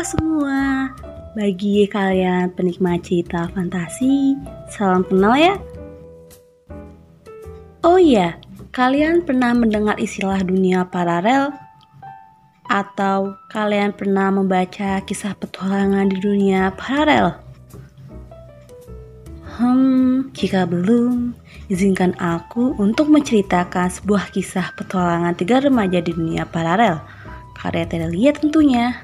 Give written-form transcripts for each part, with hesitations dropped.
Halo semua, bagi kalian penikmat cerita fantasi, salam kenal ya. Oh iya, kalian pernah mendengar istilah dunia paralel? Atau kalian pernah membaca kisah petualangan di dunia paralel? Jika belum, izinkan aku untuk menceritakan sebuah kisah petualangan 3 remaja di dunia paralel, karya Terelie tentunya.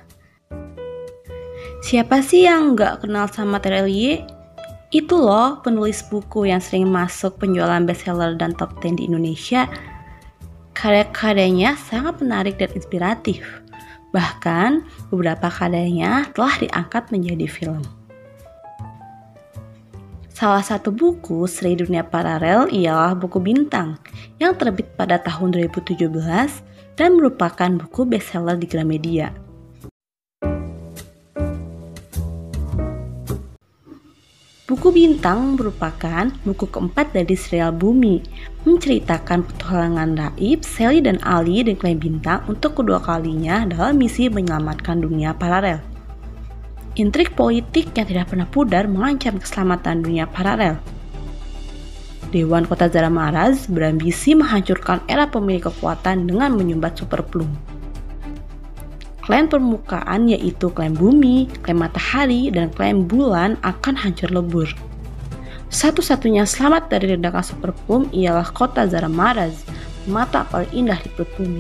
Siapa sih yang nggak kenal sama Terelie? Itu loh penulis buku yang sering masuk penjualan bestseller dan top 10 di Indonesia. Karya-karyanya sangat menarik dan inspiratif. Bahkan beberapa karyanya telah diangkat menjadi film. Salah satu buku seri dunia paralel ialah buku Bintang yang terbit pada tahun 2017 dan merupakan buku bestseller di Gramedia. Buku Bintang merupakan buku keempat dari serial Bumi, menceritakan petualangan Raib, Sally dan Ali dan klan Bintang untuk kedua kalinya dalam misi menyelamatkan dunia paralel. Intrik politik yang tidak pernah pudar mengancam keselamatan dunia paralel. Dewan Kota Zara Maraz berambisi menghancurkan era pemilik kekuatan dengan menyumbat Super Plum. Klan permukaan yaitu klan Bumi, klan Matahari, dan klan Bulan akan hancur lebur. Satu-satunya selamat dari ledakan Super Plum ialah kota Zara Maraz, mata paling indah di perut bumi.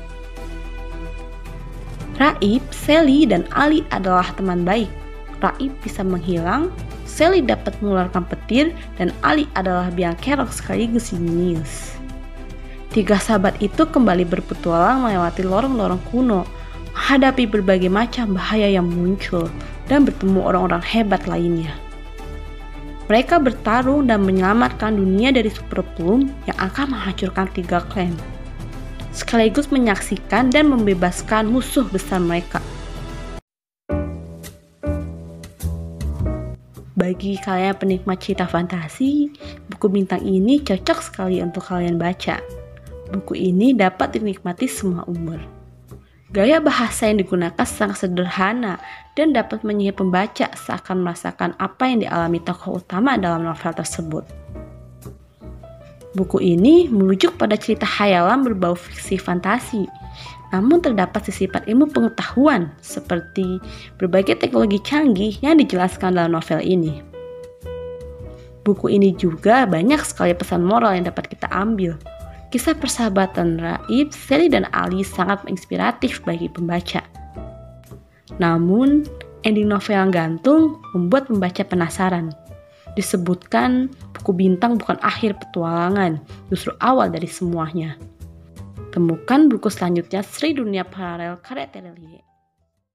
Raib, Sally, dan Ali adalah teman baik. Raib bisa menghilang, Sally dapat mengeluarkan petir, dan Ali adalah biang kerok sekaligus jenius. 3 sahabat itu kembali berpetualang melewati lorong-lorong kuno, menghadapi berbagai macam bahaya yang muncul, dan bertemu orang-orang hebat lainnya. Mereka bertarung dan menyelamatkan dunia dari Super Plum yang akan menghancurkan 3 klan, sekaligus menyaksikan dan membebaskan musuh besar mereka. Bagi kalian penikmat cerita fantasi, buku Bintang ini cocok sekali untuk kalian baca. Buku ini dapat dinikmati semua umur. Gaya bahasa yang digunakan sangat sederhana dan dapat menyihir pembaca seakan merasakan apa yang dialami tokoh utama dalam novel tersebut. Buku ini merujuk pada cerita khayalan berbau fiksi fantasi, namun terdapat sisipan ilmu pengetahuan seperti berbagai teknologi canggih yang dijelaskan dalam novel ini. Buku ini juga banyak sekali pesan moral yang dapat kita ambil. Kisah persahabatan Raib, Sally, dan Ali sangat menginspiratif bagi pembaca. Namun, ending novel yang gantung membuat pembaca penasaran. Disebutkan buku Bintang bukan akhir petualangan, justru awal dari semuanya. Temukan buku selanjutnya Seri Dunia Paralel karya Terelie.